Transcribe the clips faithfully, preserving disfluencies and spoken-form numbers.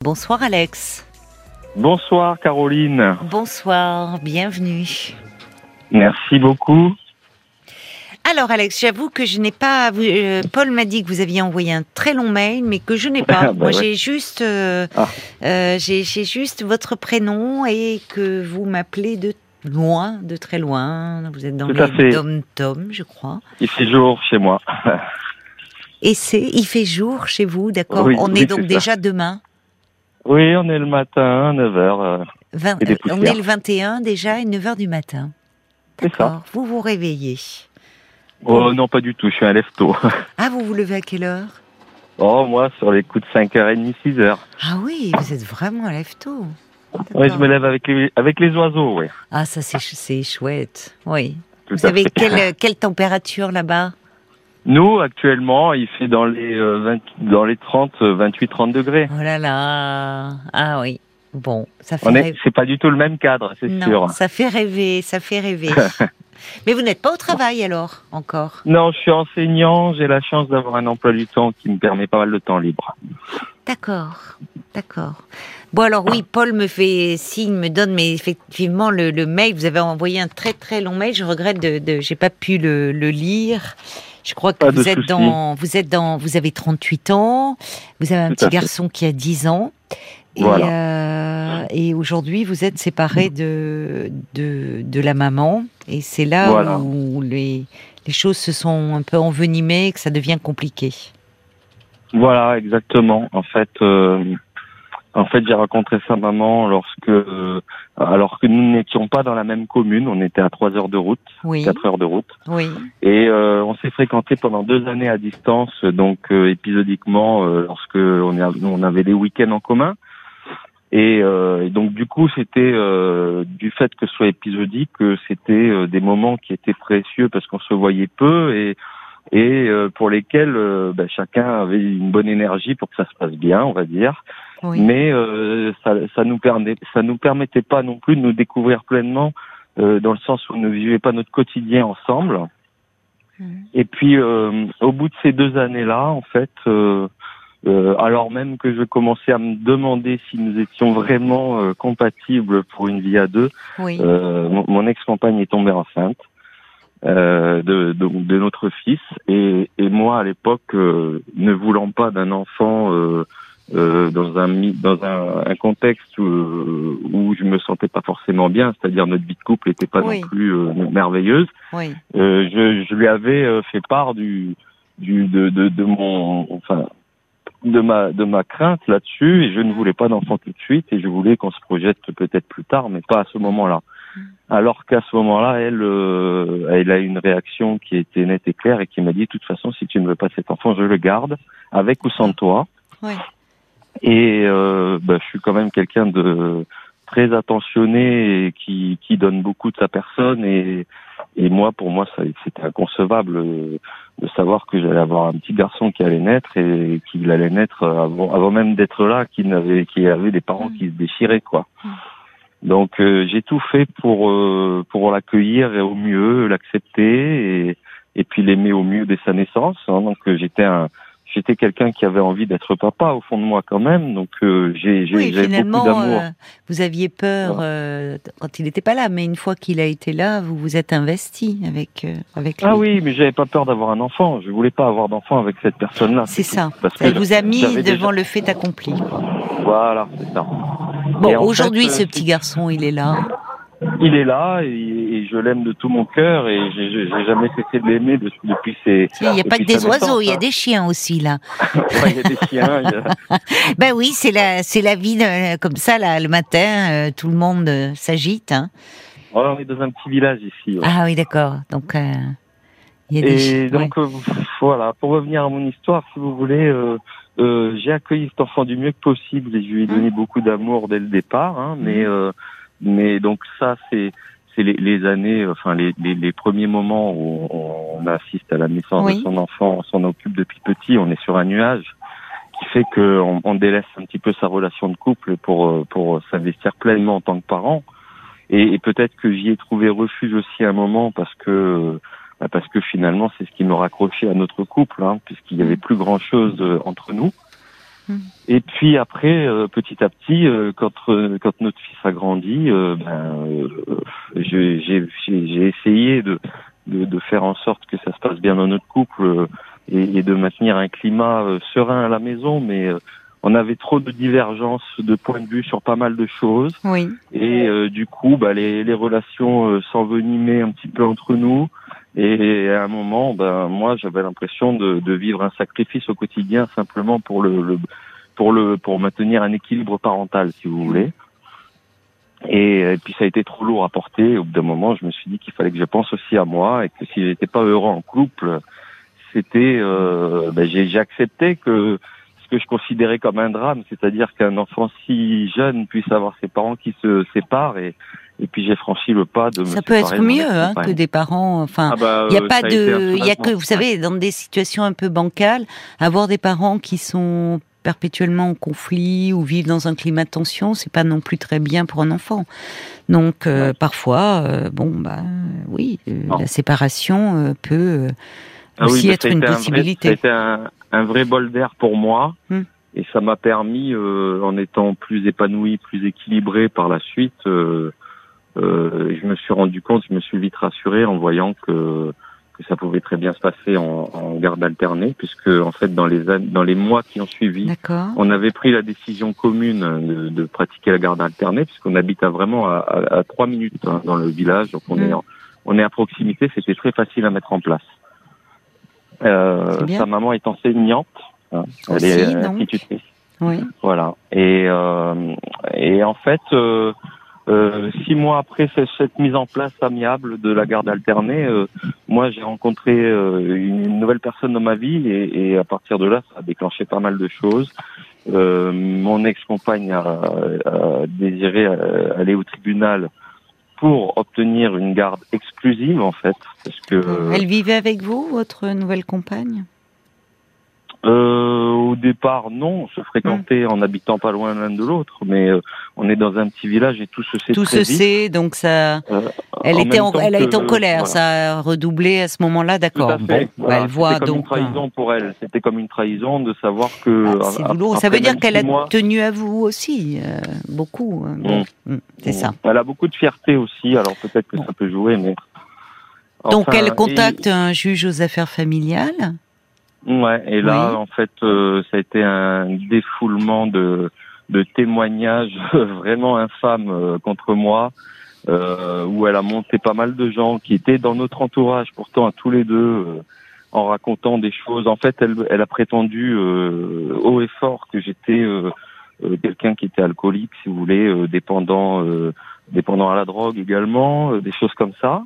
Bonsoir Alex. Bonsoir Caroline. Bonsoir, bienvenue. Merci beaucoup. Alors Alex, j'avoue que je n'ai pas... Euh, Paul m'a dit que vous aviez envoyé un très long mail, mais que je n'ai pas. bah Moi ouais. j'ai juste, euh, Ah. euh, j'ai, j'ai juste votre prénom et que vous m'appelez de loin, de très loin. Vous êtes dans Tout à les fait. dom-toms, je crois. Il fait jour chez moi. Et c'est, il fait jour chez vous, d'accord. Oui, On oui, est donc c'est déjà demain. Oui, on est le matin, neuf heures. Euh, vingt, et des on poussières. est le vingt et un déjà et neuf heures du matin. C'est ça. D'accord. Vous vous réveillez. Oh non, pas du tout, je suis un lève-tôt. Ah, vous vous levez à quelle heure? Oh, moi, sur les coups de cinq heures trente, six heures. Ah oui, vous êtes vraiment un lève-tôt. Oui, je me lève avec les, avec les oiseaux, oui. Ah, ça c'est, c'est chouette. Oui. Tout Vous à savez fait. quelle, quelle température là-bas? Nous, actuellement, il fait dans les, euh, vingt, dans les trente, vingt-huit, trente degrés. Oh là là. Ah oui. Bon, ça fait On est, rêver. c'est pas du tout le même cadre, c'est Non, sûr. ça fait rêver, ça fait rêver. Mais vous n'êtes pas au travail alors, encore? Non, je suis enseignant, j'ai la chance d'avoir un emploi du temps qui me permet pas mal de temps libre. D'accord, d'accord. Bon alors oui, Paul me fait signe, me donne, mais effectivement le, le mail, vous avez envoyé un très très long mail. Je regrette de, de j'ai pas pu le, le lire. Je crois que Pas de vous êtes souci. dans, vous êtes dans, vous avez trente-huit ans, vous avez un Tout petit à fait. garçon qui a dix ans. Et, Voilà. euh, et aujourd'hui, vous êtes séparés de, de, de la maman. Et c'est là Voilà. où les, les choses se sont un peu envenimées et que ça devient compliqué. Voilà, exactement. En fait, euh, en fait, j'ai rencontré sa maman lorsque, euh, alors que nous n'étions pas dans la même commune, on était à trois heures de route, Oui, quatre heures de route, oui, et euh, on s'est fréquentés pendant deux années à distance, donc euh, épisodiquement, euh, lorsque on, a, on avait des week-ends en commun. Et, euh, et donc du coup, c'était euh, du fait que ce soit épisodique, que c'était euh, des moments qui étaient précieux parce qu'on se voyait peu et et euh, pour lesquels euh, ben, chacun avait une bonne énergie pour que ça se passe bien, on va dire. oui. Mais euh, ça, ça nous permet, ça nous permettait pas non plus de nous découvrir pleinement, euh, dans le sens où on ne vivait pas notre quotidien ensemble. Mmh. Et puis, euh, au bout de ces deux années-là, en fait, euh, euh, alors même que je commençais à me demander si nous étions vraiment euh, compatibles pour une vie à deux, Oui. euh, mon, mon ex-compagne est tombée enceinte. Euh, de, de, de notre fils et, et moi à l'époque euh, ne voulant pas d'un enfant euh, euh, dans un dans un, un contexte où, où je me sentais pas forcément bien, c'est-à-dire notre vie de couple n'était pas Oui. non plus euh, merveilleuse. Oui. Euh, je, je lui avais euh, fait part du du de, de, de mon enfin de ma de ma crainte là-dessus et je ne voulais pas d'enfant tout de suite et je voulais qu'on se projette peut-être plus tard mais pas à ce moment-là. Alors qu'à ce moment-là, elle, euh, elle a eu une réaction qui était nette et claire et qui m'a dit, de toute façon, si tu ne veux pas cet enfant, je le garde, avec ou sans toi. Oui. Et euh, bah, je suis quand même quelqu'un de très attentionné et qui, qui donne beaucoup de sa personne. Et, et moi, pour moi, ça, c'était inconcevable de savoir que j'allais avoir un petit garçon qui allait naître et qu'il allait naître avant, avant même d'être là, qu'il avait, qu'il avait des parents qui se déchiraient, quoi. Donc euh, j'ai tout fait pour euh, pour l'accueillir et au mieux, l'accepter et et puis l'aimer au mieux dès sa naissance. Hein. Donc euh, j'étais un j'étais quelqu'un qui avait envie d'être papa au fond de moi quand même. Donc euh, j'ai j'ai Oui, j'avais finalement, beaucoup d'amour. euh, vous aviez peur Voilà. euh, quand il n'était pas là, mais une fois qu'il a été là, vous vous êtes investi avec euh, avec lui. Ah oui, mais j'avais pas peur d'avoir un enfant. Je voulais pas avoir d'enfant avec cette personne-là. C'est tout. ça. Parce Ça que vous a mis j'avais devant déjà... le fait accompli. Voilà, c'est ça. Bon, Et en aujourd'hui, fait, ce euh, petit garçon, il est là. Il est là et, et je l'aime de tout mon cœur et j'ai, j'ai jamais cessé de l'aimer de- depuis ses. Il n'y a pas que depuis des sa oiseaux, naissance, il y a hein. des chiens aussi là. Ouais, il y a des chiens. il y a- Ben oui, c'est la c'est la vie de- comme ça là le matin, euh, tout le monde euh, s'agite. Hein. Ouais, on est dans un petit village ici. Ouais. Ah oui, d'accord. Donc euh, il y a des chiens. Et donc euh, voilà, pour revenir à mon histoire, si vous voulez, euh, euh, j'ai accueilli cet enfant du mieux que possible et je lui ai donné beaucoup d'amour dès le départ. Hein, mais euh, mais donc ça c'est c'est les, les années, enfin les, les les premiers moments où on assiste à la naissance Oui. de son enfant, on s'en occupe depuis petit, on est sur un nuage qui fait qu'on on délaisse un petit peu sa relation de couple pour pour s'investir pleinement en tant que parent. Et, et peut-être que j'y ai trouvé refuge aussi à un moment parce que bah parce que finalement c'est ce qui me raccrochait à notre couple, hein, puisqu'il y avait plus grand chose entre nous. Mmh. Et puis après, euh, petit à petit, euh, quand euh, quand notre fils a grandi, euh, ben, euh, j'ai, j'ai j'ai essayé de, de de faire en sorte que ça se passe bien dans notre couple euh, et, et de maintenir un climat euh, serein à la maison, mais euh, on avait trop de divergences de points de vue sur pas mal de choses. Oui. Et euh, du coup, bah, les, les relations euh, s'envenimaient un petit peu entre nous. Et à un moment, ben moi, j'avais l'impression de, de vivre un sacrifice au quotidien simplement pour le, le pour le pour maintenir un équilibre parental, si vous voulez. Et, et puis ça a été trop lourd à porter. Au bout d'un moment, je me suis dit qu'il fallait que je pense aussi à moi et que si j'étais pas heureux en couple, c'était euh, ben, j'ai, j'ai accepté que ce que je considérais comme un drame, c'est-à-dire qu'un enfant si jeune puisse avoir ses parents qui se séparent et et puis j'ai franchi le pas de me Ça peut séparer être de mon mieux hein, ex-compagne. que des parents. Enfin, Ah bah, il y a euh, pas ça a été un de, il y a que, soulagement. vous savez, dans des situations un peu bancales, avoir des parents qui sont perpétuellement en conflit ou vivent dans un climat de tension, c'est pas non plus très bien pour un enfant. Donc euh, Ouais. parfois, euh, bon bah euh, oui, euh, Non. la séparation euh, peut euh, Ah oui, aussi mais être ça a une été un vrai, ça a possibilité. été un, un vrai bol d'air pour moi. Hmm. Et ça m'a permis, euh, en étant plus épanoui, plus équilibré par la suite, euh, euh, je me suis rendu compte, je me suis vite rassuré en voyant que que ça pouvait très bien se passer en, en garde alternée, puisque en fait dans les an- dans les mois qui ont suivi, D'accord. on avait pris la décision commune de, de pratiquer la garde alternée, puisqu'on habite à vraiment à, à, à trois minutes hein, dans le village, donc on Mm. est en, on est à proximité, c'était très facile à mettre en place. Euh, sa maman est enseignante, hein, elle Aussi, est donc. institutrice. Oui. Voilà. Et euh, et en fait, euh, euh, six mois après cette, cette mise en place amiable de la garde alternée, euh, moi j'ai rencontré euh, une nouvelle personne dans ma vie et, et à partir de là, ça a déclenché pas mal de choses. Euh, mon ex-compagne a, a désiré aller au tribunal pour obtenir une garde exclusive en fait, parce que Elle vivait avec vous, votre nouvelle compagne? Euh, au départ, non, on se fréquentait mmh. en habitant pas loin l'un de l'autre, mais euh, on est dans un petit village et tout se sait tout très se vite. sait, donc ça, euh, elle en était, en, elle a que, été en colère, voilà. ça a redoublé à ce moment-là, d'accord. Tout à fait. Bon, Voilà. bah, elle voit C'était comme donc une trahison pour elle. C'était comme une trahison de savoir que. Ah, c'est a, douloureux. Après, ça veut dire qu'elle a mois, tenu à vous aussi, euh, beaucoup. Hein. Bon, mmh. Mmh. c'est mmh. ça. Elle a beaucoup de fierté aussi, alors peut-être que bon. ça peut jouer, mais. Enfin, donc elle contacte et... un juge aux affaires familiales. Ouais, et là, oui. en fait, euh, ça a été un défoulement de, de témoignages vraiment infâmes euh, contre moi, euh, où elle a monté pas mal de gens qui étaient dans notre entourage, pourtant à tous les deux, euh, en racontant des choses. En fait, elle, elle a prétendu euh, haut et fort que j'étais euh, euh, quelqu'un qui était alcoolique, si vous voulez, euh, dépendant, euh, dépendant à la drogue également, euh, des choses comme ça.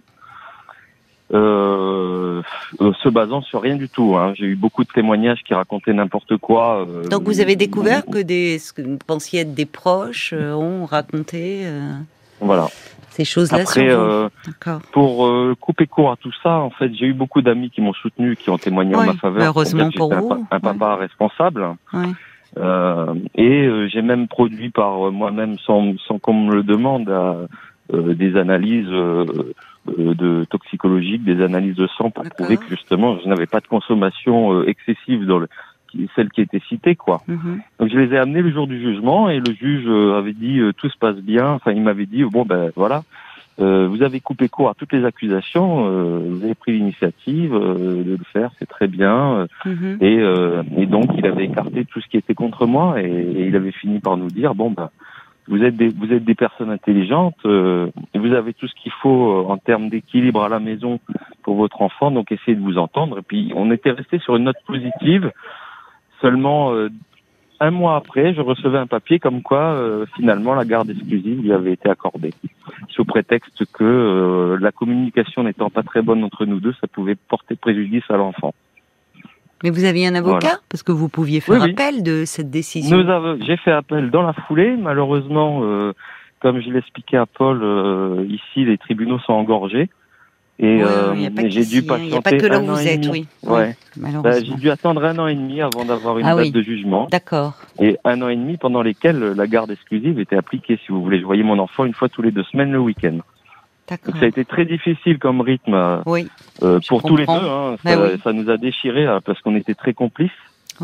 Euh, euh, se basant sur rien du tout. Hein. J'ai eu beaucoup de témoignages qui racontaient n'importe quoi. Euh, Donc vous avez découvert euh, que des, ce que vous pensiez être des proches euh, ont raconté euh, voilà. ces choses-là Après, sur vous. Euh, D'accord. Pour euh, couper court à tout ça, en fait, j'ai eu beaucoup d'amis qui m'ont soutenu, qui ont témoigné oui, en ma faveur. Heureusement pour j'étais vous. Un, un papa oui. responsable. Oui. Euh, et euh, j'ai même produit par moi-même, sans, sans qu'on me le demande, à, euh, des analyses euh, de toxicologiques, des analyses de sang pour D'accord. prouver que justement je n'avais pas de consommation euh, excessive dans le, celle qui était citée, quoi. Mm-hmm. Donc je les ai amenés le jour du jugement et le juge euh, avait dit euh, tout se passe bien. Enfin, il m'avait dit bon ben voilà, euh, vous avez coupé court à toutes les accusations, euh, vous avez pris l'initiative euh, de le faire, c'est très bien. Mm-hmm. Et, euh, et donc il avait écarté tout ce qui était contre moi et, et il avait fini par nous dire bon ben vous êtes des vous êtes des personnes intelligentes, euh, vous avez tout ce qu'il faut euh, en termes d'équilibre à la maison pour votre enfant, donc essayez de vous entendre. Et puis on était resté sur une note positive. Seulement euh, un mois après, je recevais un papier comme quoi euh, finalement la garde exclusive lui avait été accordée, sous prétexte que euh, la communication n'étant pas très bonne entre nous deux, ça pouvait porter préjudice à l'enfant. Mais vous aviez un avocat voilà. Parce que vous pouviez faire oui, appel oui. de cette décision. Nous avons, j'ai fait appel dans la foulée. Malheureusement, euh, comme je l'expliquais à Paul, euh, ici les tribunaux sont engorgés. Et ouais, euh, mais j'ai dû patienter. Il n'y a pas que là où vous êtes, oui. Ouais. oui bah, j'ai dû attendre un an et demi avant d'avoir une ah, date oui. de jugement. D'accord. Et un an et demi pendant lesquels la garde exclusive était appliquée, si vous voulez. Je voyais mon enfant une fois tous les deux semaines le week-end. D'accord. Donc ça a été très difficile comme rythme oui, euh, pour comprends. tous les deux. Hein. Ça, oui. ça nous a déchirés parce qu'on était très complices. Oui.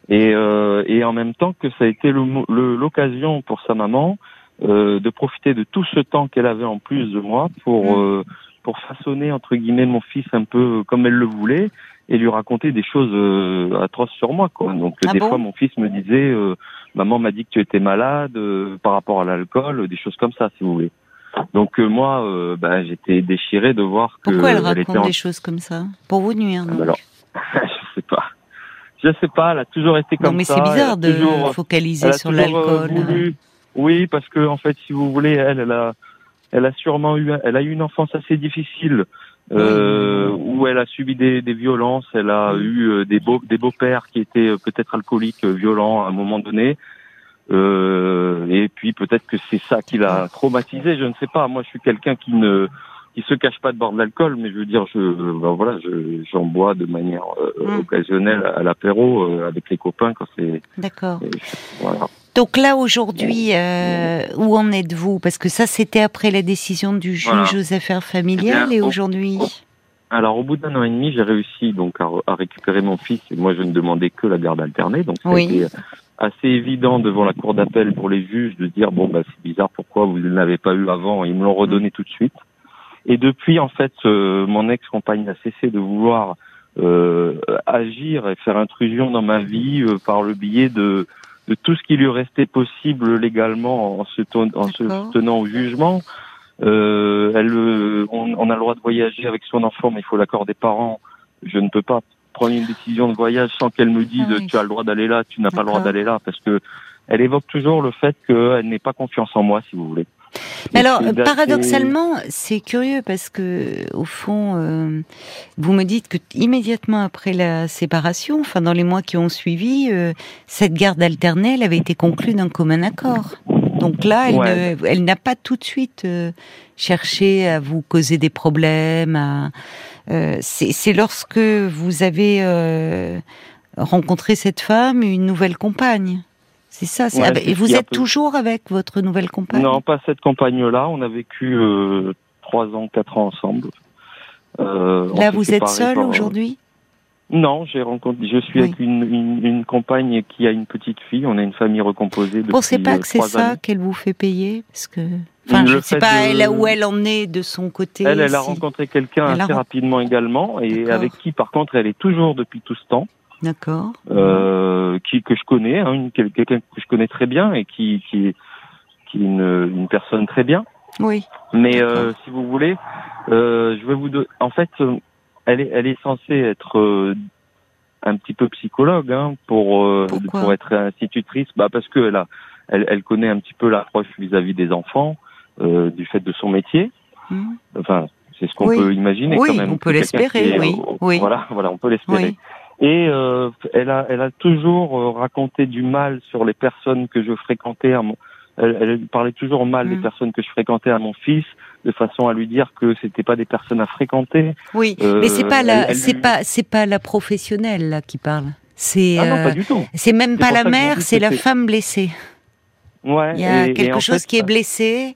Et, euh, et en même temps que ça a été le, le, l'occasion pour sa maman euh, de profiter de tout ce temps qu'elle avait en plus de moi pour euh, pour façonner entre guillemets mon fils un peu comme elle le voulait et lui raconter des choses euh, atroces sur moi, quoi. Donc Ah des bon fois mon fils me disait euh, maman m'a dit que tu étais malade euh, par rapport à l'alcool, des choses comme ça, si vous voulez. Donc euh, moi euh, bah, j'étais déchiré de voir que Pourquoi elle elle raconte était en... des choses comme ça? Pour vous nuire, non? Alors je sais pas. Je sais pas, elle a toujours été comme ça. Non, mais c'est bizarre de toujours, focaliser sur l'alcool. Voulu... Oui, parce que en fait, si vous voulez, elle, elle a, elle a sûrement eu, elle a eu une enfance assez difficile, euh, oui. où elle a subi des, des violences. Elle a oui. eu des beaux, des beaux-pères qui étaient peut-être alcooliques, violents à un moment donné. Euh, et puis peut-être que c'est ça qui l'a traumatisée. Je ne sais pas. Moi, je suis quelqu'un qui ne qui se cache pas de boire de l'alcool, mais je veux dire, je, ben voilà, je, j'en bois de manière euh, mmh. occasionnelle à l'apéro euh, avec les copains quand c'est. D'accord. Et, voilà. Donc là aujourd'hui, euh, où en êtes-vous? Parce que ça, c'était après la décision du juge voilà. aux affaires familiales, bien, et aujourd'hui. Au, alors au bout d'un an et demi, j'ai réussi donc à, à récupérer mon fils. Et moi, je ne demandais que la garde alternée, donc ça oui. a été assez évident devant la cour d'appel pour les juges de dire bon bah c'est bizarre, pourquoi vous ne l'avez pas eu avant? Ils me l'ont redonné mmh. tout de suite. Et depuis, en fait, euh, mon ex-compagne a cessé de vouloir euh, agir et faire intrusion dans ma vie euh, par le biais de, de tout ce qui lui restait possible légalement en se, ton, en se tenant au jugement. Euh, elle, euh, on, on a le droit de voyager avec son enfant, mais il faut l'accord des parents. Je ne peux pas prendre une décision de voyage sans qu'elle me dise ah oui. tu as le droit d'aller là, tu n'as D'accord. pas le droit d'aller là, parce que elle évoque toujours le fait qu'elle n'ait pas confiance en moi, si vous voulez. Mais alors, paradoxalement, c'est curieux parce que, au fond, euh, vous me dites que immédiatement après la séparation, enfin dans les mois qui ont suivi, euh, cette garde alternée, elle avait été conclue d'un commun accord. Donc là, elle, ouais. ne, elle n'a pas tout de suite euh, cherché à vous causer des problèmes. À, euh, c'est, c'est lorsque vous avez euh, rencontré cette femme, une nouvelle compagne. C'est ça. C'est... Ouais, ah, et vous êtes peu... toujours avec votre nouvelle compagne? Non, pas cette compagne-là. On a vécu euh, trois ans, quatre ans ensemble. Euh, Là, vous êtes seul par... aujourd'hui? Non, j'ai rencontré. Je suis oui. avec une, une, une compagne qui a une petite fille. On a une famille recomposée depuis. Vous pensez pas que c'est ça années. Qu'elle vous fait payer? Parce que, enfin, je ne sais pas de... elle, où elle en est de son côté. Elle, elle si... a rencontré quelqu'un elle assez a... rapidement également, et D'accord. avec qui, par contre, elle est toujours depuis tout ce temps. D'accord. Euh, qui que je connais, hein, une, quelqu'un que je connais très bien et qui qui est qui est une, une personne très bien. Oui. Mais euh, si vous voulez, euh, je vais vous donner. En fait, elle est elle est censée être euh, un petit peu psychologue, hein, pour euh, pour être institutrice. Bah parce que elle a elle elle connaît un petit peu l'approche vis-à-vis des enfants euh, du fait de son métier. Mmh. Enfin, c'est ce qu'on oui. peut imaginer oui, quand même. On peut l'espérer. Est, oui. euh, oui. Voilà, voilà, on peut l'espérer. Oui. Et euh, elle a, elle a toujours euh, raconté du mal sur les personnes que je fréquentais. À mon, elle, elle parlait toujours mal mmh. des personnes que je fréquentais à mon fils, de façon à lui dire que c'était pas des personnes à fréquenter. Oui, euh, mais c'est pas la, elle, elle c'est lui... pas, c'est pas la professionnelle là qui parle. C'est, ah non, euh, pas du tout. C'est même c'est pas la mère, c'est la femme blessée. Ouais. Il y a et, quelque et chose fait, qui est blessé,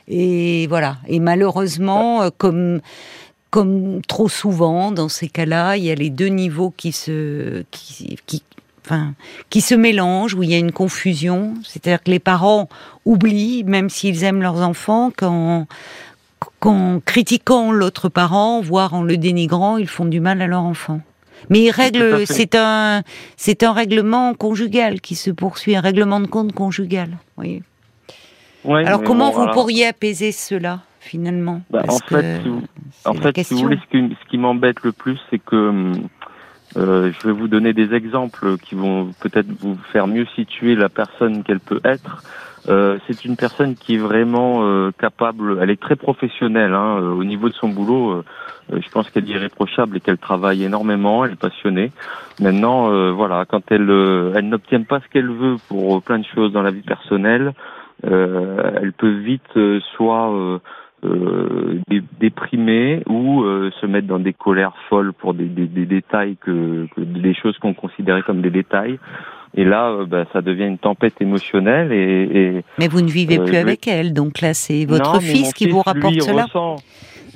et voilà. Et malheureusement, ouais. comme. Comme trop souvent dans ces cas-là, il y a les deux niveaux qui se, qui, qui, enfin, qui se mélangent, où il y a une confusion. C'est-à-dire que les parents oublient, même s'ils aiment leurs enfants, qu'en, qu'en critiquant l'autre parent, voire en le dénigrant, ils font du mal à leur enfant. Mais ils règlent, c'est un, c'est un règlement conjugal qui se poursuit, un règlement de compte conjugal. Oui. Ouais, Alors comment bon, vous alors... pourriez apaiser cela? Finalement, bah, en fait, si vous, en fait si vous voulez, ce qui, ce qui m'embête le plus, c'est que euh, je vais vous donner des exemples qui vont peut-être vous faire mieux situer la personne qu'elle peut être. Euh, c'est une personne qui est vraiment euh, capable, elle est très professionnelle, hein, euh, au niveau de son boulot. Euh, je pense qu'elle est irréprochable et qu'elle travaille énormément, elle est passionnée. Maintenant, euh, voilà, quand elle, euh, elle n'obtient pas ce qu'elle veut pour plein de choses dans la vie personnelle, euh, elle peut vite euh, soit euh, Euh, déprimés ou euh, se mettre dans des colères folles pour des, des, des détails que, que des choses qu'on considérait comme des détails. Et là, euh, bah, ça devient une tempête émotionnelle. Et, et mais vous ne vivez euh, plus avec elle, donc là c'est votre non, fils qui fils, vous rapporte lui, cela. Ressent,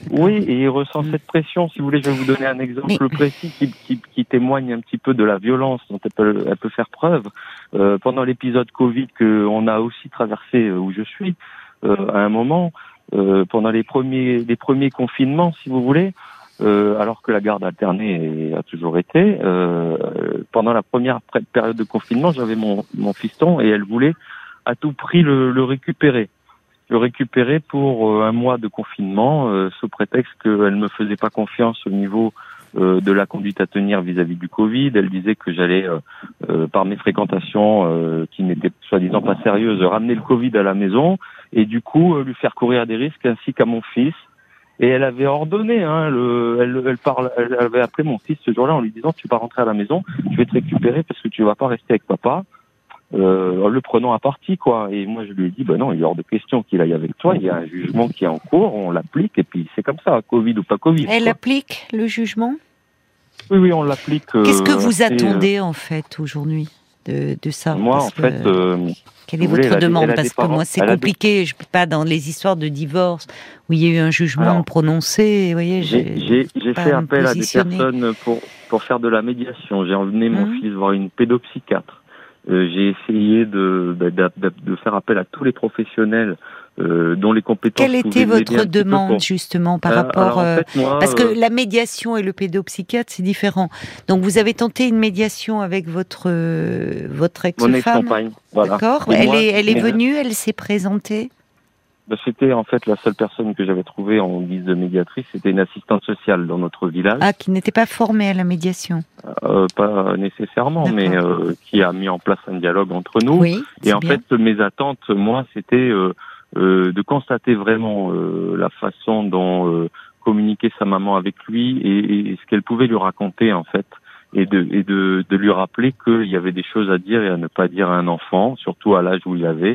Oui, et il ressent mmh. cette pression. Si vous voulez, je vais vous donner un exemple Mais... précis qui, qui, qui témoigne un petit peu de la violence dont elle peut, elle peut faire preuve. Euh, pendant l'épisode Covid qu'on a aussi traversé où je suis, euh, à un moment, euh, pendant les premiers, les premiers confinements, si vous voulez, euh, alors que la garde alternée a toujours été, euh, pendant la première période de confinement, j'avais mon, mon fiston et elle voulait à tout prix le, le récupérer. Le récupérer pour euh, un mois de confinement, euh, sous prétexte qu'elle ne me faisait pas confiance au niveau euh, de la conduite à tenir vis-à-vis du Covid. Elle disait que j'allais, euh, euh, par mes fréquentations euh, qui n'étaient soi-disant pas sérieuses, ramener le Covid à la maison et du coup euh, lui faire courir des risques ainsi qu'à mon fils. Et elle avait ordonné, hein, le, elle, elle, parle, elle avait appelé mon fils ce jour-là en lui disant « Tu vas rentrer à la maison, je vais te récupérer parce que tu vas pas rester avec papa ». Euh, en le prenant à partie, quoi. Et moi, je lui ai dit, bah non, il est hors de question qu'il aille avec toi. Il y a un jugement qui est en cours, on l'applique, et puis c'est comme ça, Covid ou pas Covid. Elle quoi. applique le jugement ? Oui, oui, on l'applique. Euh, Qu'est-ce que vous assez, attendez, euh... en fait, aujourd'hui, de, de ça ? Moi, Parce en fait... que... Euh, Quelle est voulez, votre demande ? a, Parce que parents, moi, c'est compliqué. Des... Je peux pas, dans les histoires de divorce, où il y a eu un jugement Alors, prononcé, vous voyez, j'ai, j'ai, j'ai fait appel à des personnes pour, pour faire de la médiation. J'ai emmené mon mmh. fils voir une pédopsychiatre. Euh, j'ai essayé de, de, de, de faire appel à tous les professionnels euh, dont les compétences. Quelle était votre demande pour... justement par euh, rapport alors, en fait, moi, parce que euh... la médiation et le pédopsychiatre c'est différent. Donc vous avez tenté une médiation avec votre euh, votre ex-femme. Mon ex-compagne, voilà. D'accord. Et elle moi, est elle est venue, elle s'est présentée. C'était en fait la seule personne que j'avais trouvée en guise de médiatrice, c'était une assistante sociale dans notre village. Ah, qui n'était pas formée à la médiation. Euh, pas nécessairement, D'accord. mais euh, qui a mis en place un dialogue entre nous. Oui, et en bien. fait, mes attentes, moi, c'était euh, euh, de constater vraiment euh, la façon dont euh, communiquait sa maman avec lui et, et ce qu'elle pouvait lui raconter en fait, et de et de, de lui rappeler qu'il y avait des choses à dire et à ne pas dire à un enfant, surtout à l'âge où il avait.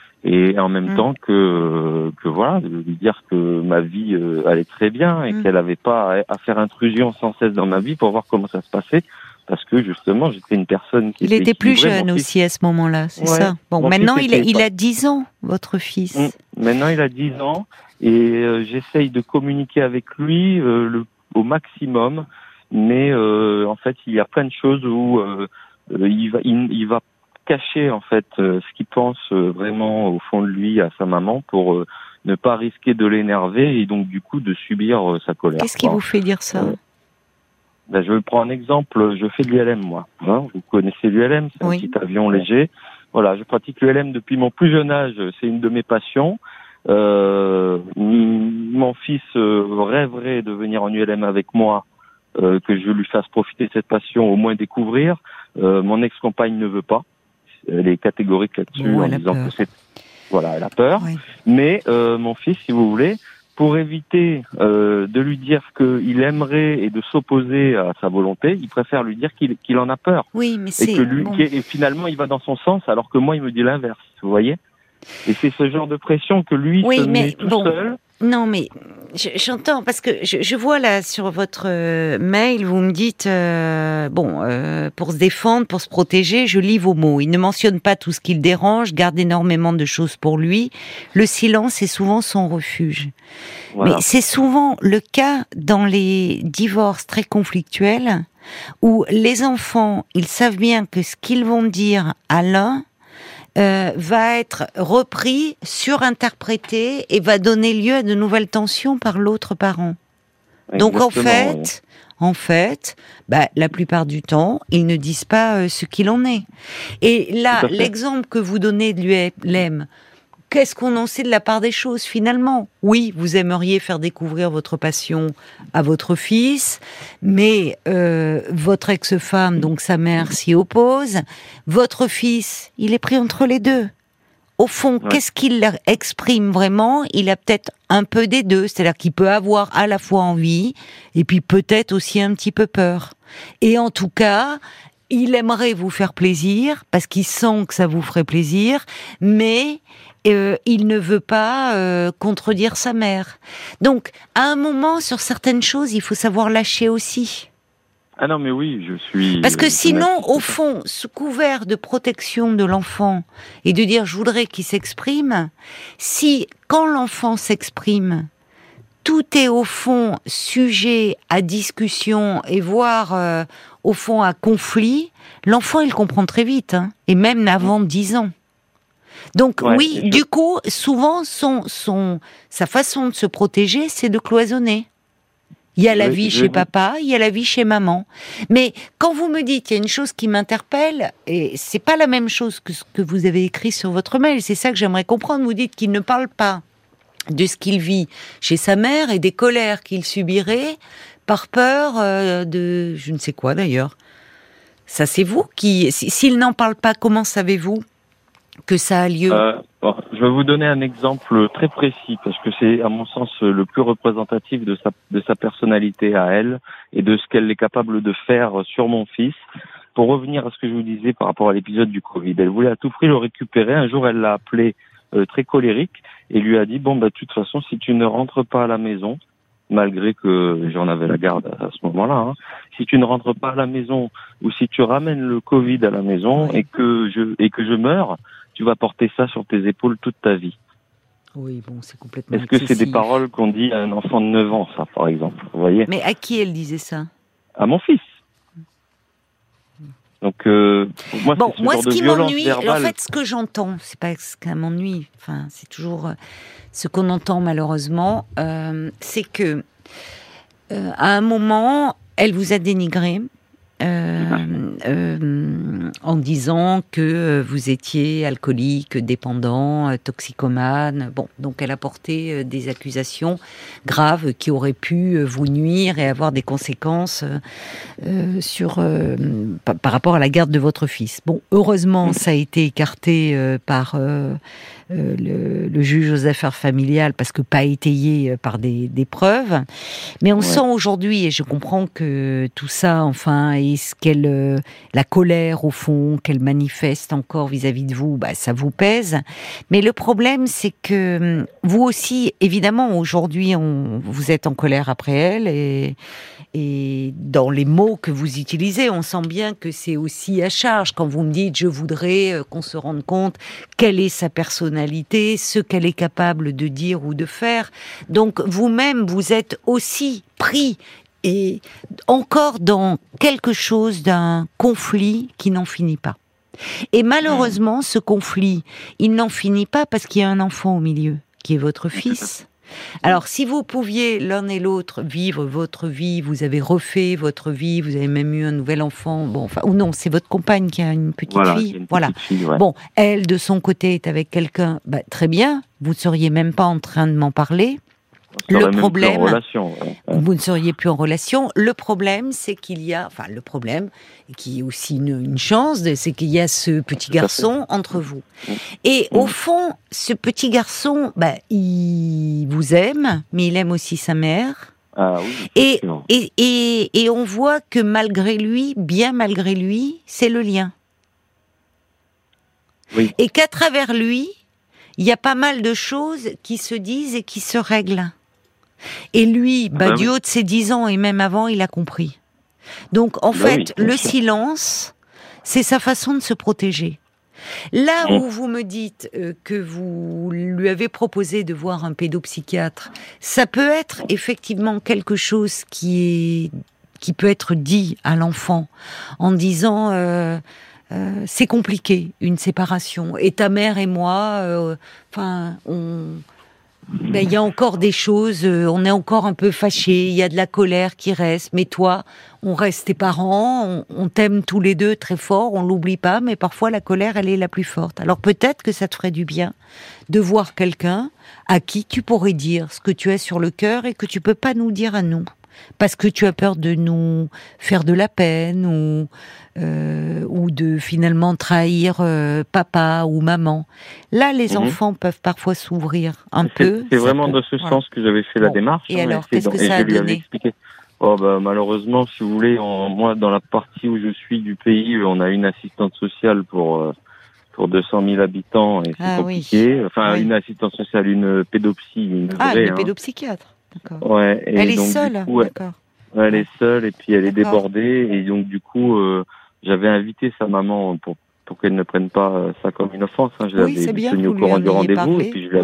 Et en même mmh. temps que que voilà, de lui dire que ma vie euh, allait très bien et mmh. qu'elle n'avait pas à, à faire intrusion sans cesse dans ma vie pour voir comment ça se passait, parce que justement j'étais une personne qui il était, était plus jeune aussi à ce moment-là, c'est ouais. ça. Bon, maintenant il a, il a dix ans, votre fils. Mmh. Maintenant il a dix ans et euh, j'essaye de communiquer avec lui euh, le au maximum, mais euh, en fait il y a plein de choses où euh, il va il, il va cacher en fait euh, ce qu'il pense euh, vraiment au fond de lui à sa maman pour euh, ne pas risquer de l'énerver et donc du coup de subir euh, sa colère. Qu'est-ce qui vous fait dire ça ? euh, ben, Je vais prendre un exemple, je fais de l'U L M moi. Hein, vous connaissez l'U L M, c'est oui. un petit avion léger. Voilà, je pratique l'U L M depuis mon plus jeune âge, c'est une de mes passions. Euh, mon fils euh, rêverait de venir en U L M avec moi, euh, que je lui fasse profiter de cette passion, au moins découvrir. Euh, mon ex-compagne ne veut pas. Elle est catégorique là-dessus bon, en disant peur. que c'est voilà, elle a peur. Oui. Mais euh, mon fils, si vous voulez, pour éviter euh, de lui dire qu'il aimerait et de s'opposer à sa volonté, il préfère lui dire qu'il, qu'il en a peur. Oui, mais c'est et que lui, bon. et finalement, il va dans son sens, alors que moi, il me dit l'inverse. Vous voyez ? Et c'est ce genre de pression que lui oui, se mais met tout bon. seul. Non, mais j'entends, parce que je, je vois là sur votre euh, mail, vous me dites, euh, bon, euh, pour se défendre, pour se protéger, je lis vos mots. Il ne mentionne pas tout ce qui le dérange, garde énormément de choses pour lui. Le silence est souvent son refuge. Voilà. Mais c'est souvent le cas dans les divorces très conflictuels, où les enfants, ils savent bien que ce qu'ils vont dire à l'un, Euh, va être repris, surinterprété et va donner lieu à de nouvelles tensions par l'autre parent. Exactement, Donc en fait, oui. en fait, bah, la plupart du temps, ils ne disent pas euh, ce qu'il en est. Et là, l'exemple que vous donnez de l'U L M, qu'est-ce qu'on en sait de la part des choses finalement ? Oui, vous aimeriez faire découvrir votre passion à votre fils, mais euh, votre ex-femme, donc sa mère, s'y oppose. Votre fils, il est pris entre les deux. Au fond, ouais. qu'est-ce qu'il exprime vraiment ? Il a peut-être un peu des deux, c'est-à-dire qu'il peut avoir à la fois envie et puis peut-être aussi un petit peu peur. Et en tout cas, il aimerait vous faire plaisir parce qu'il sent que ça vous ferait plaisir, mais Euh, il ne veut pas euh, contredire sa mère. Donc, à un moment, sur certaines choses, il faut savoir lâcher aussi. Ah non, mais oui, je suis... Parce que sinon, au fond, sous couvert de protection de l'enfant, et de dire « je voudrais qu'il s'exprime », si, quand l'enfant s'exprime, tout est au fond sujet à discussion et voire euh, au fond à conflit, l'enfant il comprend très vite, hein, et même avant dix ans. Donc Ouais, oui, je... du coup, souvent son, son, sa façon de se protéger, c'est de cloisonner. Il y a la je, vie je... chez papa, il y a la vie chez maman. Mais quand vous me dites, il y a une chose qui m'interpelle, et c'est pas la même chose que ce que vous avez écrit sur votre mail, c'est ça que j'aimerais comprendre. Vous dites qu'il ne parle pas de ce qu'il vit chez sa mère et des colères qu'il subirait par peur euh, de je ne sais quoi d'ailleurs. Ça, c'est vous qui... S'il n'en parle pas, comment savez-vous que ça a lieu? euh, bon, Je vais vous donner un exemple très précis, parce que c'est, à mon sens, le plus représentatif de sa, de sa personnalité à elle, et de ce qu'elle est capable de faire sur mon fils. Pour revenir à ce que je vous disais par rapport à l'épisode du Covid, elle voulait à tout prix le récupérer. Un jour, elle l'a appelé euh, très colérique, et lui a dit, bon, bah, de toute façon, si tu ne rentres pas à la maison, malgré que j'en avais la garde à ce moment-là, hein, si tu ne rentres pas à la maison, ou si tu ramènes le Covid à la maison, Oui. et que je, et que je meurs, tu vas porter ça sur tes épaules toute ta vie. Oui, bon, c'est complètement Est-ce que excessif. c'est des paroles qu'on dit à un enfant de neuf ans, ça, par exemple? Vous voyez? Mais à qui elle disait ça? À mon fils. Donc, euh, moi, bon, c'est ce moi, genre ce de qui violence m'ennuie, verbale. en fait, ce que j'entends, c'est pas ce qui m'ennuie, enfin, c'est toujours euh, ce qu'on entend malheureusement, euh, c'est que euh, à un moment, elle vous a dénigré. Euh, euh, en disant que vous étiez alcoolique, dépendant, toxicomane. Bon, donc elle a porté euh, des accusations graves qui auraient pu euh, vous nuire et avoir des conséquences euh, sur euh, par, par rapport à la garde de votre fils. Bon, heureusement, ça a été écarté euh, par euh, euh, le, le juge aux affaires familiales parce que pas étayé par des, des preuves. Mais on Ouais. sent aujourd'hui, et je comprends que tout ça, enfin, et ce qu'elle, euh, la colère au fond qu'elle manifeste encore vis-à-vis de vous, bah, ça vous pèse. Mais le problème, c'est que vous aussi, évidemment, aujourd'hui, on, vous êtes en colère après elle, et, et dans les mots que vous utilisez, on sent bien que c'est aussi à charge. Quand vous me dites, je voudrais qu'on se rende compte quelle est sa personnalité, ce qu'elle est capable de dire ou de faire. Donc, vous-même, vous êtes aussi pris et encore dans quelque chose d'un conflit qui n'en finit pas. Et malheureusement, ce conflit, il n'en finit pas parce qu'il y a un enfant au milieu, qui est votre fils. Alors, si vous pouviez l'un et l'autre vivre votre vie, vous avez refait votre vie, vous avez même eu un nouvel enfant, bon, enfin, ou non, c'est votre compagne qui a une petite Voilà, fille, j'ai une voilà. petite fille, ouais. Bon, elle, de son côté, est avec quelqu'un, bah, très bien, vous ne seriez même pas en train de m'en parler. On serait Le même plus problème, en relation, ouais. vous ne seriez plus en relation. Le problème, c'est qu'il y a, enfin, le problème, qui est aussi une, une chance, c'est qu'il y a ce petit garçon entre vous. Et Mmh. au fond, ce petit garçon, bah, il vous aime, mais il aime aussi sa mère. Ah oui, Et, sûr. et, et, et on voit que malgré lui, bien malgré lui, c'est le lien. Oui. Et qu'à travers lui, il y a pas mal de choses qui se disent et qui se règlent. Et lui, bah, bah du oui. haut de ses dix ans et même avant, il a compris. Donc, en Bah fait, oui, bien le sûr. silence, c'est sa façon de se protéger. Là Mmh. où vous me dites euh, que vous lui avez proposé de voir un pédopsychiatre, ça peut être effectivement quelque chose qui est qui peut être dit à l'enfant en disant euh, euh, c'est compliqué une séparation et ta mère et moi, enfin euh, on ben, il y a encore des choses, euh, on est encore un peu fâchés, il y a de la colère qui reste, mais toi, on reste tes parents, on, on t'aime tous les deux très fort, on l'oublie pas, mais parfois la colère, elle est la plus forte. Alors peut-être que ça te ferait du bien de voir quelqu'un à qui tu pourrais dire ce que tu as sur le cœur et que tu peux pas nous dire à nous, parce que tu as peur de nous faire de la peine ou euh, ou de finalement trahir euh, papa ou maman. Là, les Mhm. enfants peuvent parfois s'ouvrir un C'est- peu. C'est ça vraiment peut- dans ce voilà. sens que j'avais fait la Bon. démarche. Et hein, alors, c'est qu'est-ce dans- que et ça je a lui avais donné? expliqué. Oh bah malheureusement, si vous voulez, en, moi dans la partie où je suis du pays, on a une assistante sociale pour euh, pour deux cent mille habitants et c'est Ah oui. compliqué. Enfin, Oui. une assistante sociale, une pédopsie, une Ah, vraie. le hein. pédopsychiatre. D'accord. Ouais. Et Elle est donc, du seule. coup, ouais, D'accord. elle est seule et puis elle est D'accord. débordée et donc du coup, euh, j'avais invité sa maman pour pour qu'elle ne prenne pas euh, ça comme une offense. Hein. Je Oui, l'avais c'est bien, tenu au vous lui courant en du ayez rendez-vous parlé, et puis je lui avais oui.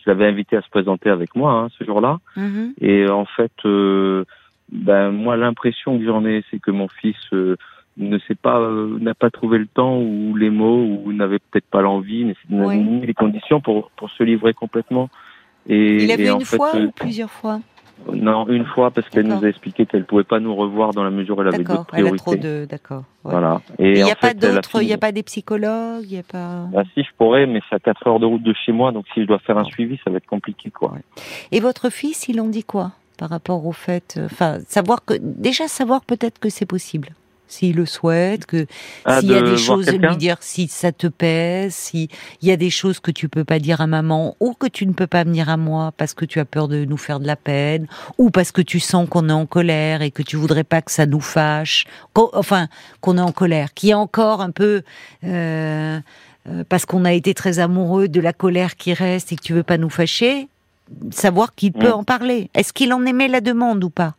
je l'avais invité à se présenter avec moi hein, ce jour-là. Mmh. Et en fait, euh, ben moi l'impression que j'en ai, c'est que mon fils euh, ne sait pas, euh, n'a pas trouvé le temps ou les mots ou n'avait peut-être pas l'envie, ni oui. les conditions pour pour se livrer complètement. Et, il a vu et une en fois fait, ou plusieurs fois? Non, une fois parce qu'elle nous a expliqué qu'elle pouvait pas nous revoir dans la mesure où elle avait d'autres priorités. Elle a trop de, d'accord. Ouais. Voilà. Et il n'y a en pas fait, d'autres, il fini... n'y a pas des psychologues, il y a pas. Bah si, je pourrais, mais c'est à quatre heures de route de chez moi, donc si je dois faire un suivi, ça va être compliqué, quoi. Ouais. Et votre fils, il en dit quoi par rapport au fait, enfin, savoir que déjà savoir peut-être que c'est possible. S'il le souhaite, que ah, s'il y a des choses, lui dire si ça te pèse, s'il y a des choses que tu peux pas dire à maman ou que tu ne peux pas venir à moi parce que tu as peur de nous faire de la peine ou parce que tu sens qu'on est en colère et que tu voudrais pas que ça nous fâche, qu'on, enfin qu'on est en colère, qu'il y a encore un peu euh, euh, parce qu'on a été très amoureux de la colère qui reste et que tu veux pas nous fâcher, savoir qu'il peut mmh. en parler. Est-ce qu'il en aimait la demande ou pas?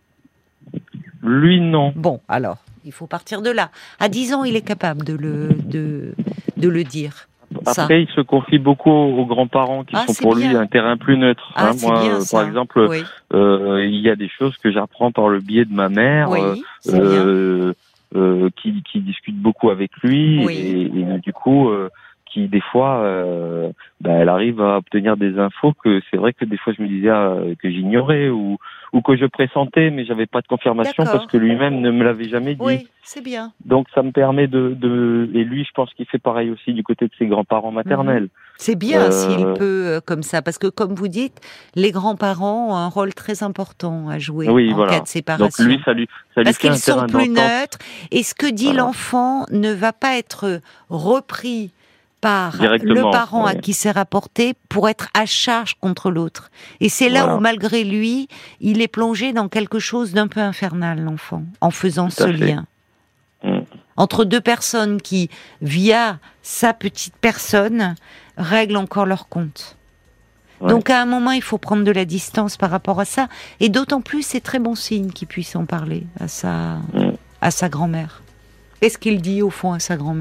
Lui, non. Bon, alors. Il faut partir de là. À dix ans, il est capable de le, de, de le dire. Après, ça. Il se confie beaucoup aux grands-parents qui ah, sont pour bien. lui un terrain plus neutre. Ah, hein. Moi, bien, euh, par exemple, oui. euh, il y a des choses que j'apprends par le biais de ma mère, oui, euh, euh, qui, qui discute beaucoup avec lui, oui. et, et du coup, euh, qui des fois, euh, bah, elle arrive à obtenir des infos que c'est vrai que des fois je me disais ah, que j'ignorais ou ou que je pressentais, mais j'avais pas de confirmation D'accord. parce que lui-même ne me l'avait jamais dit. Oui, c'est bien. Donc ça me permet de, de et lui, je pense qu'il fait pareil aussi du côté de ses grands-parents maternels. Mmh. C'est bien euh... s'il peut euh, comme ça, parce que comme vous dites, les grands-parents ont un rôle très important à jouer oui, en voilà. cas de séparation. Donc lui, ça lui, ça lui parce fait qu'ils un terrain sont plus d'entente. neutres. Et ce que dit voilà. l'enfant ne va pas être repris par le parent ouais. à qui c'est rapporté pour être à charge contre l'autre. Et c'est là voilà. où, malgré lui, il est plongé dans quelque chose d'un peu infernal, l'enfant, en faisant Tout ce lien. Mmh. Entre deux personnes qui, via sa petite personne, règlent encore leur compte. Ouais. Donc, à un moment, il faut prendre de la distance par rapport à ça. Et d'autant plus, c'est très bon signe qu'il puisse en parler à sa, mmh. à sa grand-mère. Qu'est-ce qu'il dit, au fond, à sa grand-mère ?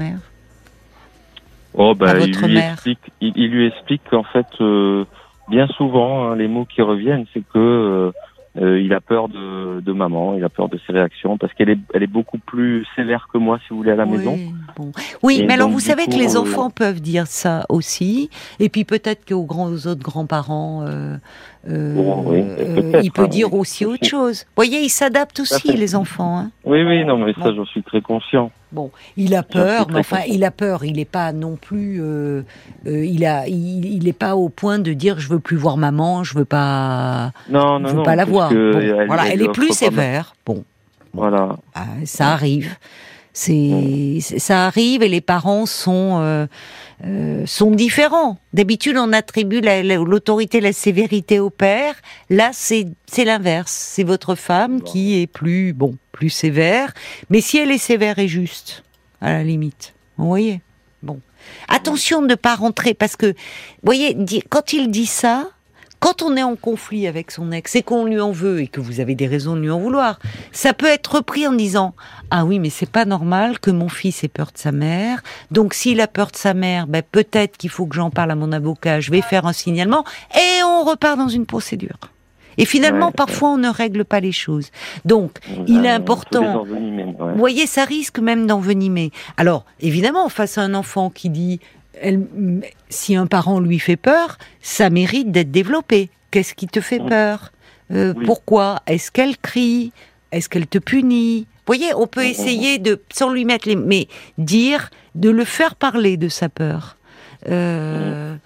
Oh bah il lui explique, il, il lui explique qu'en fait euh, bien souvent hein, les mots qui reviennent c'est que euh, euh, il a peur de, de maman, il a peur de ses réactions parce qu'elle est elle est beaucoup plus sévère que moi si vous voulez à la oui, maison. Bon. Oui, et mais alors vous savez coup, que les euh... enfants peuvent dire ça aussi et puis peut-être qu'aux grands aux autres grands-parents euh, euh, bon, oui, euh, il peut hein, dire oui, aussi autre chose. Vous voyez, ils s'adaptent aussi les enfants. Hein. Oui oui non mais bon. ça j'en suis très conscient. Bon, il a peur, mais enfin, il a peur. Il n'est pas non plus. Euh, euh, il a, il, il est pas au point de dire je veux plus voir maman, je veux pas. Non, non, je veux non, pas la voir. Bon, elle, voilà, elle, elle est plus sévère. Bon, voilà. Ah, ça arrive. C'est, c'est, ça arrive et les parents sont euh, euh, sont différents. D'habitude, on attribue la, la, l'autorité, la sévérité au père. Là, c'est c'est l'inverse. C'est votre femme bon. qui est plus bon, plus sévère. Mais si elle est sévère et juste, à la limite, vous voyez. Bon, attention de ne pas rentrer parce que, vous voyez, quand il dit ça. Quand on est en conflit avec son ex et qu'on lui en veut et que vous avez des raisons de lui en vouloir, ça peut être repris en disant « Ah oui, mais c'est pas normal que mon fils ait peur de sa mère. Donc s'il a peur de sa mère, ben peut-être qu'il faut que j'en parle à mon avocat, je vais faire un signalement. » Et on repart dans une procédure. Et finalement, ouais, parfois, ouais. on ne règle pas les choses. Donc, ouais, il est important... Ouais. Vous voyez, ça risque même d'envenimer. Alors, évidemment, face à un enfant qui dit... Elle, si un parent lui fait peur, ça mérite d'être développé. Qu'est-ce qui te fait peur ? euh, oui. Pourquoi ? Est-ce qu'elle crie ? Est-ce qu'elle te punit ? Vous voyez, on peut essayer de, sans lui mettre les... Mais dire, de le faire parler de sa peur. Euh,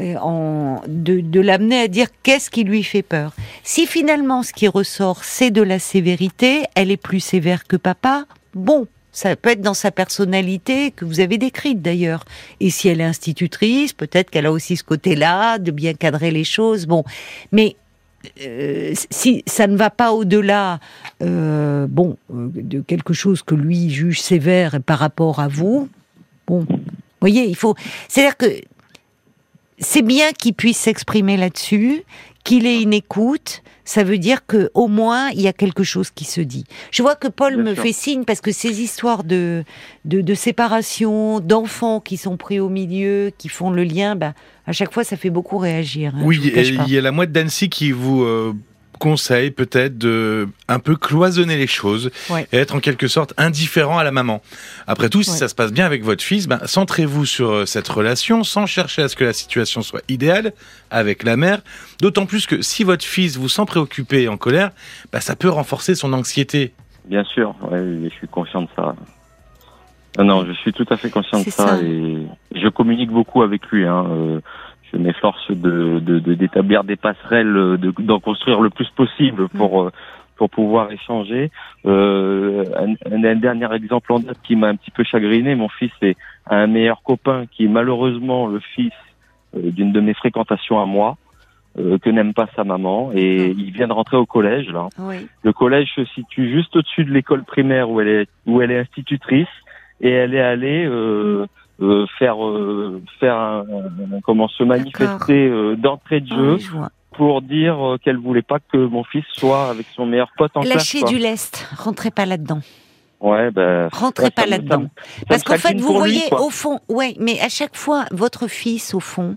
en, de, de l'amener à dire qu'est-ce qui lui fait peur. Si finalement, ce qui ressort, c'est de la sévérité, elle est plus sévère que papa, bon. Ça peut être dans sa personnalité que vous avez décrite d'ailleurs. Et si elle est institutrice, peut-être qu'elle a aussi ce côté-là de bien cadrer les choses. Bon, mais euh, si ça ne va pas au-delà, euh, bon, de quelque chose que lui juge sévère par rapport à vous. Bon, vous voyez, il faut. C'est-à-dire que c'est bien qu'il puisse s'exprimer là-dessus, qu'il ait une écoute. Ça veut dire que au moins il y a quelque chose qui se dit. Je vois que Paul bien me sûr. fait signe parce que ces histoires de, de de séparation, d'enfants qui sont pris au milieu, qui font le lien, bah à chaque fois ça fait beaucoup réagir. Hein, oui, il y a la mouette d'Annecy qui vous euh, conseille peut-être de un peu cloisonner les choses ouais. et être en quelque sorte indifférent à la maman. Après tout, si ouais. ça se passe bien avec votre fils, ben, centrez-vous sur cette relation sans chercher à ce que la situation soit idéale avec la mère. D'autant plus que si votre fils vous sent préoccupé et en colère, ben, ça peut renforcer son anxiété. Bien sûr, ouais, je suis conscient de ça. Non, non, je suis tout à fait conscient C'est de ça, ça et je communique beaucoup avec lui. Hein. Euh, je m'efforce de, de, de d'établir des passerelles, de, d'en construire le plus possible pour mmh. pour pouvoir échanger. Euh, un, un dernier exemple en date qui m'a un petit peu chagriné, mon fils est un meilleur copain qui est malheureusement le fils euh, d'une de mes fréquentations à moi, euh, que n'aime pas sa maman, et mmh. il vient de rentrer au collège là. Oui. Le collège se situe juste au-dessus de l'école primaire où elle est où elle est institutrice, et elle est allée euh, Euh, faire euh, faire un, un, comment se manifester euh, d'entrée de jeu oh, pour dire euh, qu'elle voulait pas que mon fils soit avec son meilleur pote en Lâchez classe. Lâchez du lest, rentrez pas là-dedans. Ouais, ben. Rentrez ouais, pas me, là-dedans. Ça, ça Parce qu'en fait, vous voyez, lui, au fond, ouais, mais à chaque fois, votre fils, au fond,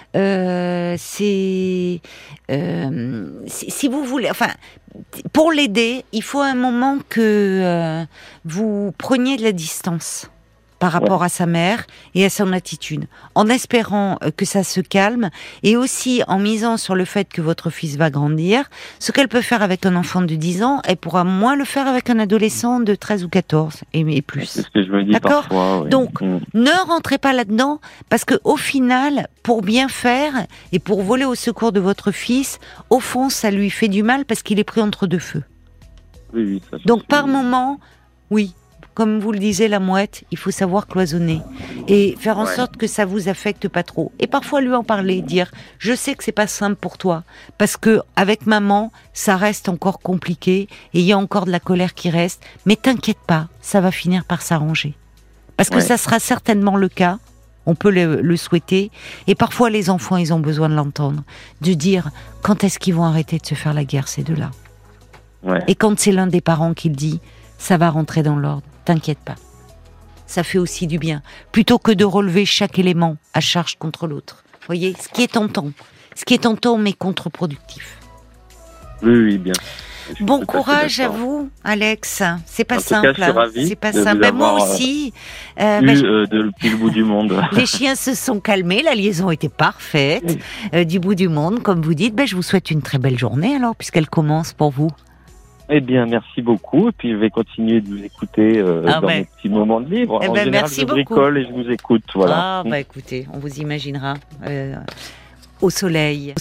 euh, c'est, euh, si, si vous voulez, enfin, pour l'aider, il faut un moment que euh, vous preniez de la distance par rapport ouais. à sa mère et à son attitude, en espérant que ça se calme, et aussi en misant sur le fait que votre fils va grandir. Ce qu'elle peut faire avec un enfant de dix ans, elle pourra moins le faire avec un adolescent de treize ou quatorze, et, et plus. C'est ce que je me dis D'accord ? parfois. Oui. Donc, mmh. ne rentrez pas là-dedans, parce que au final, pour bien faire, et pour voler au secours de votre fils, au fond, ça lui fait du mal, parce qu'il est pris entre deux feux. Oui, oui, ça, Donc, par moment, oui, comme vous le disiez, la mouette, il faut savoir cloisonner et faire en ouais. sorte que ça vous affecte pas trop. Et parfois lui en parler, dire « Je sais que c'est pas simple pour toi, parce que avec maman, ça reste encore compliqué et il y a encore de la colère qui reste, mais t'inquiète pas, ça va finir par s'arranger. » Parce que ouais. ça sera certainement le cas, on peut le, le souhaiter, et parfois les enfants, ils ont besoin de l'entendre, de dire « Quand est-ce qu'ils vont arrêter de se faire la guerre, ces deux-là ?» ouais. Et quand c'est l'un des parents qui le dit, ça va rentrer dans l'ordre. T'inquiète pas. Ça fait aussi du bien. Plutôt que de relever chaque élément à charge contre l'autre. Vous voyez, ce qui est tentant. Ce qui est tentant, mais contre-productif. Oui, oui, bien. Bon courage à vous, Alex. C'est pas en simple. Tout cas, je suis ravi c'est pas simple. Ben moi aussi. Euh, eu, ben, je... euh, depuis le bout du monde. Les chiens se sont calmés. La liaison était parfaite. Oui. Euh, du bout du monde, comme vous dites. Ben, je vous souhaite une très belle journée, alors, puisqu'elle commence pour vous. Eh bien, merci beaucoup. Et puis, je vais continuer de vous écouter euh, ah dans ben. mes petits moments de libre. Eh ben, en général, merci je beaucoup. bricole et je vous écoute. Voilà. Ah, bah écoutez, on vous imaginera euh, au soleil.